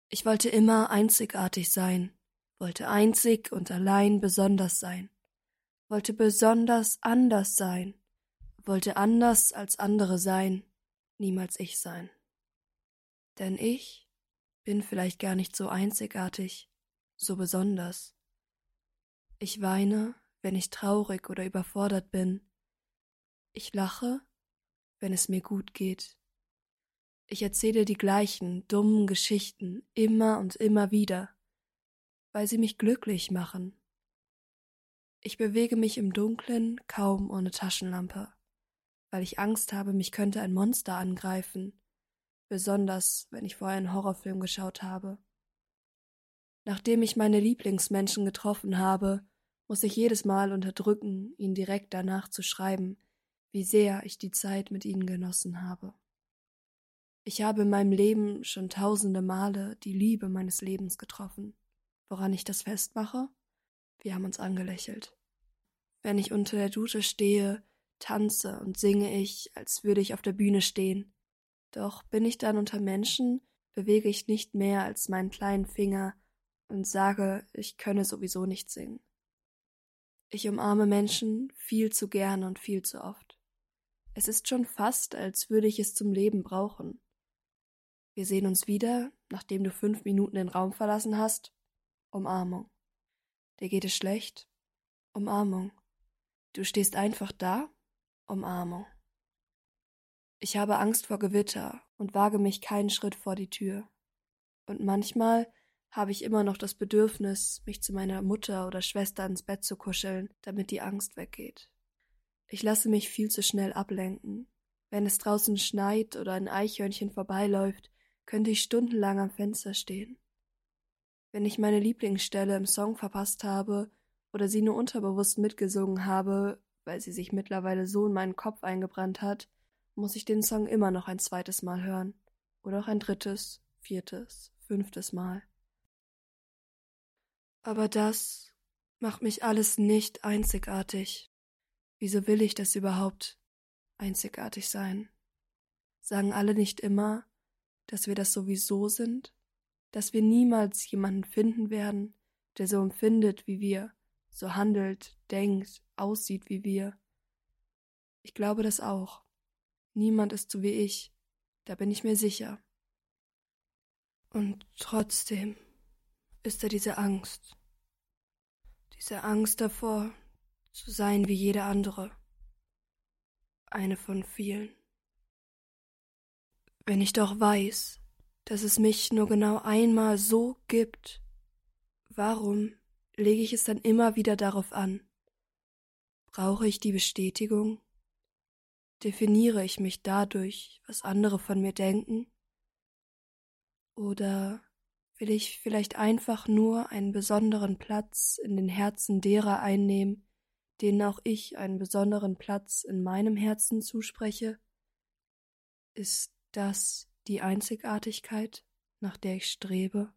Ich wollte immer einzigartig sein, wollte einzig und allein besonders sein, wollte besonders anders sein, wollte anders als andere sein, niemals ich sein. Denn ich bin vielleicht gar nicht so einzigartig, so besonders. Ich weine, wenn ich traurig oder überfordert bin. Ich lache, wenn es mir gut geht. Ich erzähle die gleichen dummen Geschichten immer und immer wieder, weil sie mich glücklich machen. Ich bewege mich im Dunkeln kaum ohne Taschenlampe, weil ich Angst habe, mich könnte ein Monster angreifen, besonders wenn ich vorher einen Horrorfilm geschaut habe. Nachdem ich meine Lieblingsmenschen getroffen habe, muss ich jedes Mal unterdrücken, ihnen direkt danach zu schreiben, wie sehr ich die Zeit mit ihnen genossen habe. Ich habe in meinem Leben schon tausende Male die Liebe meines Lebens getroffen. Woran ich das festmache? Wir haben uns angelächelt. Wenn ich unter der Dusche stehe, tanze und singe ich, als würde ich auf der Bühne stehen. Doch bin ich dann unter Menschen, bewege ich nicht mehr als meinen kleinen Finger und sage, ich könne sowieso nicht singen. Ich umarme Menschen viel zu gern und viel zu oft. Es ist schon fast, als würde ich es zum Leben brauchen. Wir sehen uns wieder, nachdem du 5 Minuten den Raum verlassen hast. Umarmung. Dir geht es schlecht? Umarmung. Du stehst einfach da? Umarmung. Ich habe Angst vor Gewitter und wage mich keinen Schritt vor die Tür. Und manchmal habe ich immer noch das Bedürfnis, mich zu meiner Mutter oder Schwester ins Bett zu kuscheln, damit die Angst weggeht. Ich lasse mich viel zu schnell ablenken. Wenn es draußen schneit oder ein Eichhörnchen vorbeiläuft, könnte ich stundenlang am Fenster stehen. Wenn ich meine Lieblingsstelle im Song verpasst habe oder sie nur unterbewusst mitgesungen habe, weil sie sich mittlerweile so in meinen Kopf eingebrannt hat, muss ich den Song immer noch ein zweites Mal hören. Oder auch ein drittes, viertes, fünftes Mal. Aber das macht mich alles nicht einzigartig. Wieso will ich das überhaupt? Einzigartig sein. Sagen alle nicht immer, dass wir das sowieso sind? Dass wir niemals jemanden finden werden, der so empfindet wie wir, so handelt, denkt, aussieht wie wir? Ich glaube das auch. Niemand ist so wie ich, da bin ich mir sicher. Und trotzdem ist da diese Angst davor, zu sein wie jeder andere. Eine von vielen. Wenn ich doch weiß, dass es mich nur genau einmal so gibt, warum lege ich es dann immer wieder darauf an? Brauche ich die Bestätigung? Definiere ich mich dadurch, was andere von mir denken? Oder will ich vielleicht einfach nur einen besonderen Platz in den Herzen derer einnehmen, denen auch ich einen besonderen Platz in meinem Herzen zuspreche? Ist das die Einzigartigkeit, nach der ich strebe?